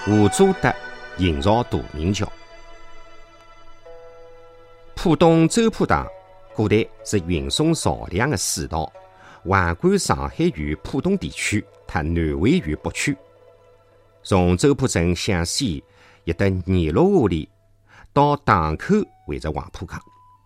吴祖德营造大明桥。浦东周浦塘古代是运送漕粮的水道，橫贯上海渝浦东地区和南汇渝北区。从周浦镇向西一得沿路下里，到塘口为着黄浦江。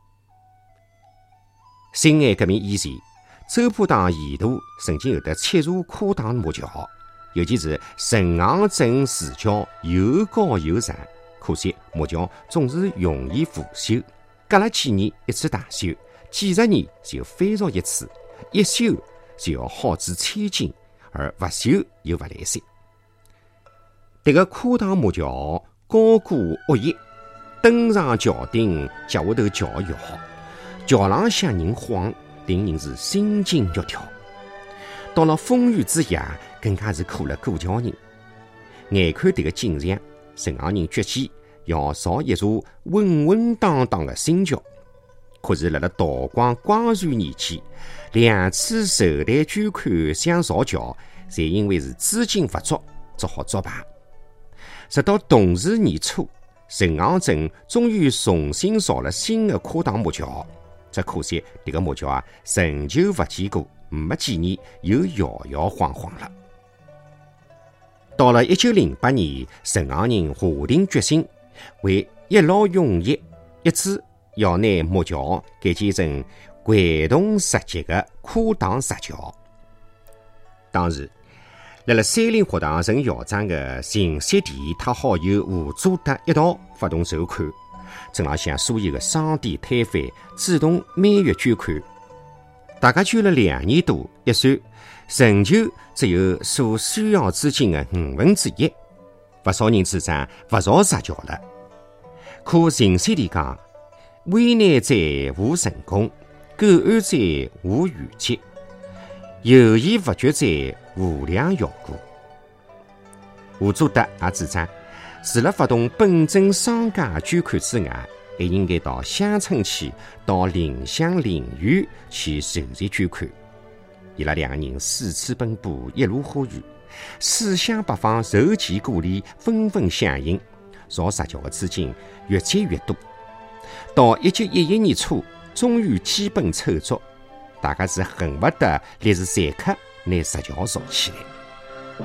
辛亥革命以前，周浦塘沿途曾经有得7座跨塘木桥，尤其是陈昂镇市桥又高又长，可惜木桥总是容易腐朽，隔了几年一次大修，几十年就翻造一次，一修就要耗资千金，而不修又不来塞。这个跨塘木桥高过屋檐，登上桥顶，脚下头桥越好，桥浪向人晃，令人是心惊肉跳。到了风雨之夜，更加是苦了过桥人。眼看这个景象，陈行人决心要造一座稳稳当当的新桥。可是辣道光光绪年间，2次筹贷捐款想造桥，侪因为是资金不足，只好作罢。直到同治年初，陈行镇终于重新造了新的跨塘木桥，只可惜这个木桥成就不坚固，没几年又摇摇晃晃了。到了1908年，陈行人下定决心，为一劳永逸，一致要拿木桥改建成贯通直接的跨塘石桥。当时辣辣三林学堂任校长的邢锡田他好友吴祖德一道发动筹款，镇浪向所有的商店摊贩主动每月捐款。大家捐了2年多，一算仍旧只有所需要资金的1/5，不少人主张不造石桥了。可邢锡田讲，危难灾无成功，久安灾无余节，有意不决灾无量效果。吴祖德也主张，除了发动本镇商家捐款之外，还应该到乡村去，到邻乡邻院去筹集捐款。伊拉2个人4处奔波，一路呼吁，四乡八方筹钱鼓励，纷纷响应，造石桥的资金越积越多。到1911年初，终于基本凑足，大家是恨不得立时散客拿石桥造起来。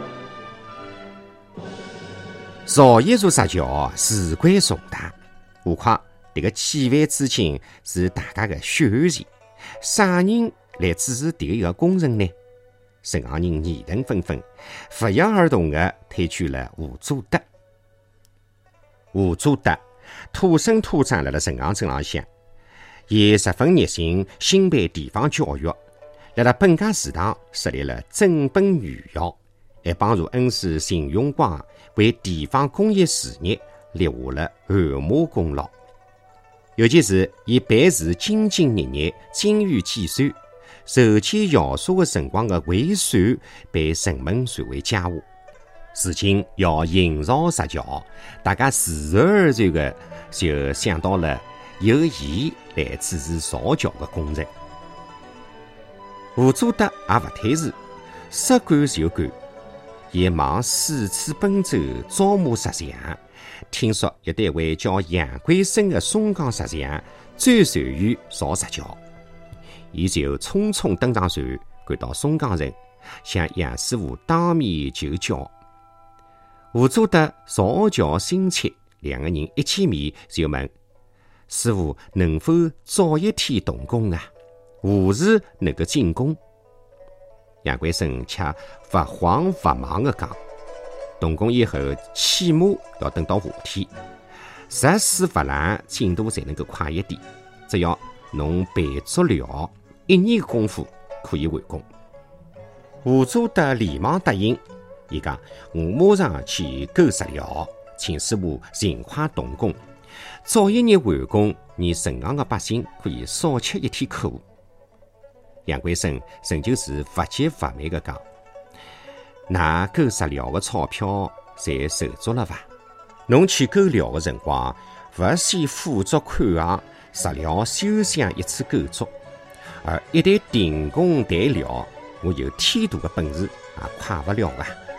造一座石桥事关重大，何况这个几万资金是大家的血汗钱，啥人来支持这个工程呢？陈行人议论纷纷，不约而同地推举了吴祖德。吴祖德土生土长辣辣陈行镇浪向，也十分热心兴办地方教育，辣辣本家祠堂设立了正本女校，还帮助恩师邢永光为地方工业事业立下了汗马功劳。尤其是伊办事兢兢业业，精于计算，筹建校舍的辰光的汇算被人们传为佳话。如今要营造石桥，大家自然而然的就想到了由伊来主持造桥的工程。吴祖德也不推辞，说干就干，伊忙4处奔走招募石匠。听说有单位叫杨桂生的松江石匠最善于造石桥，伊就匆匆登上船，赶到松江城，向杨师傅当面求教。吴祖德造桥心切，2个人一见面就问师傅能否早一天动工啊？何时能够进攻？杨桂生却不慌不忙地讲，动工以后起码要等到夏天，实施不烂，进度才能够快一点。只要侬备足料，1年功夫可以完工。吴祖德连忙答应，伊讲我马上去购石料，请师傅尽快动工，早1日完工，让城行的百姓可以少吃1天苦。杨桂生仍旧是不急不慢地讲，那购石料的钞票侪筹足了伐？侬去购料的辰光，勿先付足款项，石料休想一次购足。而一旦停工谈料，我有天大的本事也快不了啊！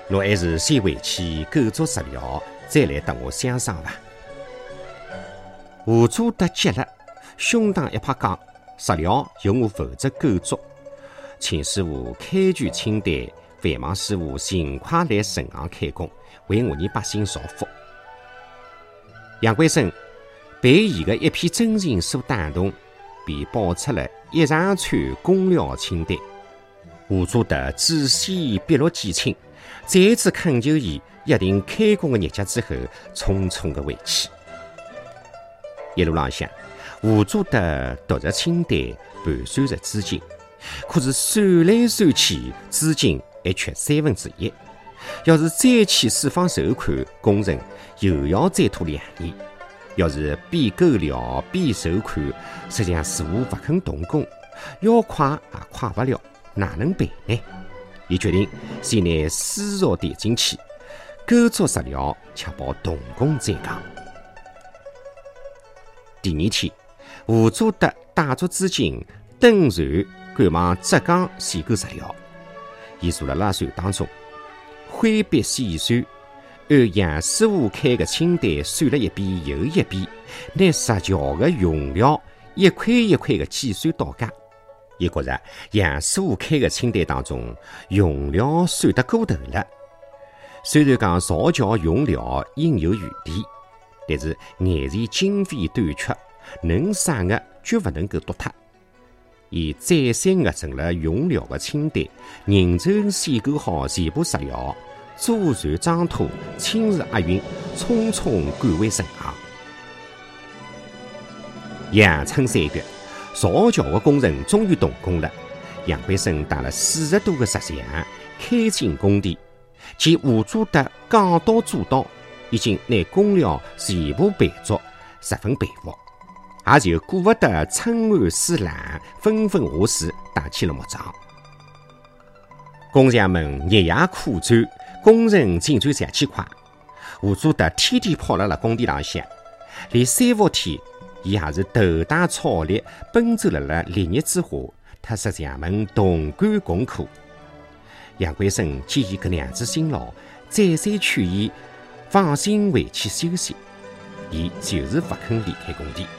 侬还是先回去构筑石料，再来搭我相商伐？吴祖德急了，胸膛一拍讲：石料由我负责构筑，请师傅开具清单，繁忙师傅尽快来城行开工，为我们百姓造福。杨贵生被伊的一片真情所打动，便报出了一长串公料清单。吴祖德仔细笔录记清，再次恳求伊约定开工的日脚之后，匆匆的回去。一路浪向，吴祖德读着清单，盘算着资金，可是算来算去，资金还缺1/3。要是再去四方筹款，工程又要再拖2年。要是边购料边筹款，实际上似乎不肯动工，要快也快不了，哪能办呢？伊决定先拿丝绸垫进去，构筑石料，确保动工再讲。第2天，吴祖德带着资金登船赶往浙江选购石料。伊坐辣船当中，挥笔细算，按杨师傅开的清单算了一遍又一遍，拿石桥的用料一块一块的计算到家。伊觉着杨师傅开的清单当中用料算得过头了。虽然讲造桥用料应有余地，但是眼前经费短缺，能省的绝不能够丢脱。伊再三核准了用料的清单，认真选购好全部石料，坐船张拖，亲自押运，匆匆赶回城行。阳春3月，造桥的工程终于动工了。杨贵生带了40多个石匠开进工地，见吴祖德讲到做到，已经拿工料全部备足，十分佩服，也就顾不得春寒水冷，纷纷下水打起了木桩。工匠们日夜苦战，工程进展极其快。吴祖德天天泡辣工地浪向，连3伏天，伊也是头戴草笠，奔走辣烈日之下，特石匠们同甘共苦。杨贵生见伊搿能样子辛劳，再三劝伊放心回去休息，伊就是不肯离开工地。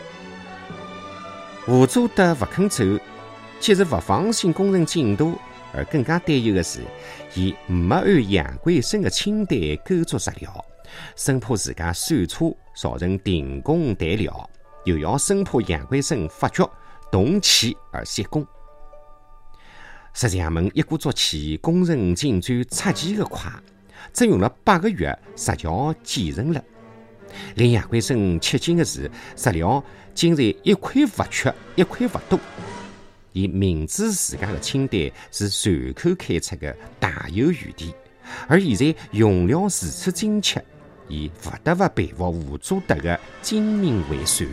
吴祖德不肯走，既是不放心工程进度，而更加担忧的是，伊没按杨贵生的清单构筑石料，生怕自家算错造成停工待料，又要生怕杨贵生发觉动气而歇工。石匠们一鼓作气，工程进展出奇的快，只用了8个月，石桥建成了。令杨贵生吃惊的是，石料竟然一块不缺，一块不多。伊明知自家的清单是随口开出的，大有余地，而现在用料如此精确，伊不得不佩服吴祖德的精明为算。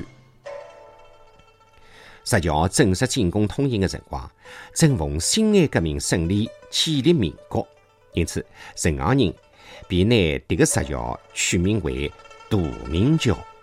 石桥正式进攻通行的辰光，正逢辛亥革命胜利，建立民国，因此城行人便拿迭个石桥取名为大明桥。